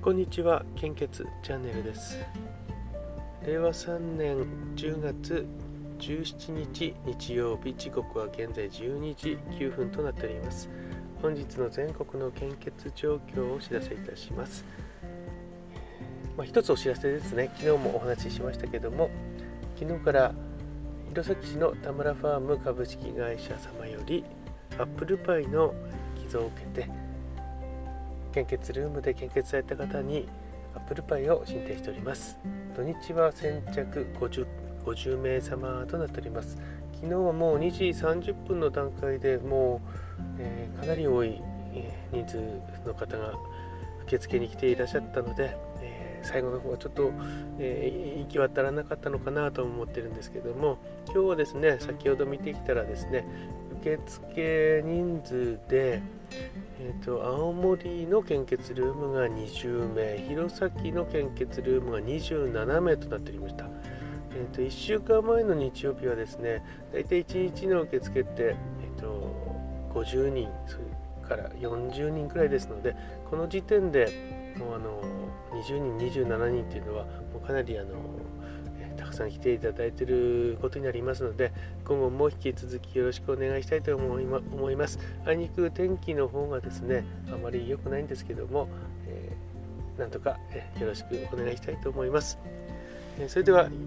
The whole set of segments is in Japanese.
こんにちは、献血チャンネルです。令和3年10月17日日曜日、時刻は現在12時9分となっております。本日の全国の献血状況をお知らせいたします。一つお知らせですね。昨日もお話ししましたけども、昨日から弘前市の田村ファーム株式会社様よりアップルパイの寄贈を受けて、献血ルームで献血された方にアップルパイを進呈しております。土日は先着 50名様となっております。昨日はもう2時30分の段階でもう、かなり多い、人数の方が受付に来ていらっしゃったので、最後の方はちょっと、行き渡らなかったのかなと思ってるんですけども、今日はですね、先ほど見てきたらですね、受付人数で青森の献血ルームが20名、弘前の献血ルームが27名となっておりました。1週間前の日曜日はですね、だいたい1日の受付って、50人、それから40人くらいですので、この時点でもう20人、27人というのはもうかなりたくさん来ていただいていることになりますので、今後も引き続きよろしくお願いしたいと思います。あいにく天気の方がですね、あまり良くないんですけども、なんとかよろしくお願いしたいと思います。それでは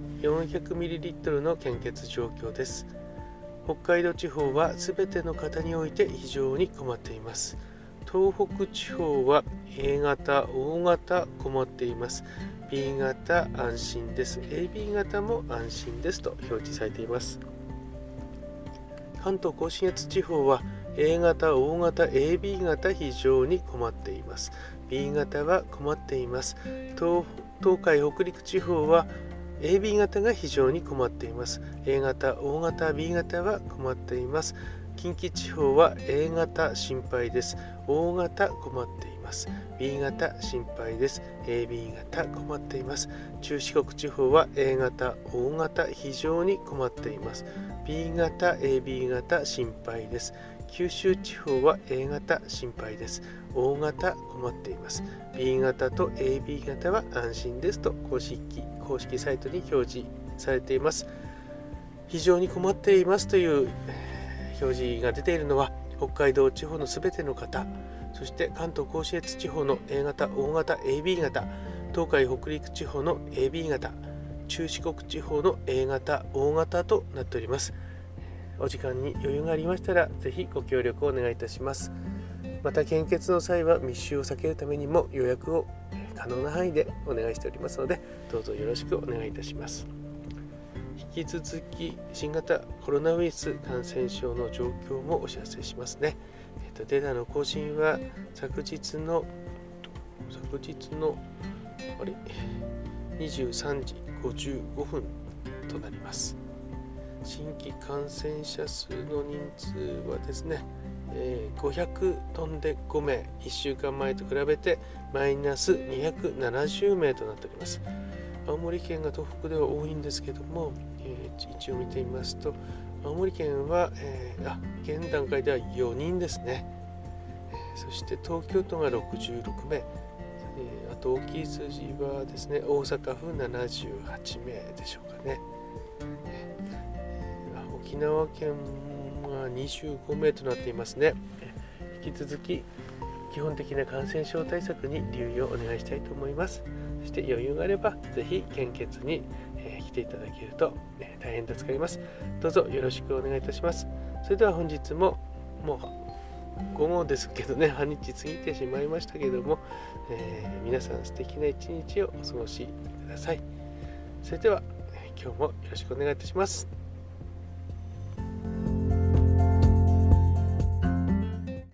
400ml の献血状況です。北海道地方はすべての方において非常に困っています。東北地方は A 型、O 型困っています。B 型安心です。AB 型も安心ですと表示されています。関東甲信越地方は A 型、O 型、AB 型非常に困っています。B 型は困っています。東海北陸地方は AB 型が非常に困っています。A 型、O 型、B 型は困っています。近畿地方は A 型心配です。O 型困っています。B 型心配です。AB 型困っています。中四国地方は A 型、O 型非常に困っています。B 型、AB 型心配です。九州地方は A 型心配です。O 型困っています。B 型と AB 型は安心ですと公式サイトに表示されています。非常に困っていますという表示が出ているのは北海道地方のすべての方、そして関東甲信越地方の A 型、O 型、AB 型、東海北陸地方の AB 型、中四国地方の A 型、O 型となっております。お時間に余裕がありましたらぜひご協力をお願いいたします。また献血の際は密集を避けるためにも予約を可能な範囲でお願いしておりますので、どうぞよろしくお願いいたします。引き続き新型コロナウイルス感染症の状況もお知らせしますね。データの更新は昨日の23時55分となります。新規感染者数の人数はですね、500飛んで5名、1週間前と比べてマイナス270名となっております。青森県が東北では多いんですけども、一応見てみますと青森県は、現段階では4人ですね。そして東京都が66名、あと大きい数字はですね、大阪府78名でしょうかね。沖縄県が25名となっていますね。引き続き基本的な感染症対策に留意をお願いしたいと思います。そして余裕があればぜひ献血に、来ていただけると、大変助かります。どうぞよろしくお願いいたします。それでは本日も午後ですけどね、半日過ぎてしまいましたけども、皆さん素敵な一日をお過ごしください。それでは今日もよろしくお願いいたします。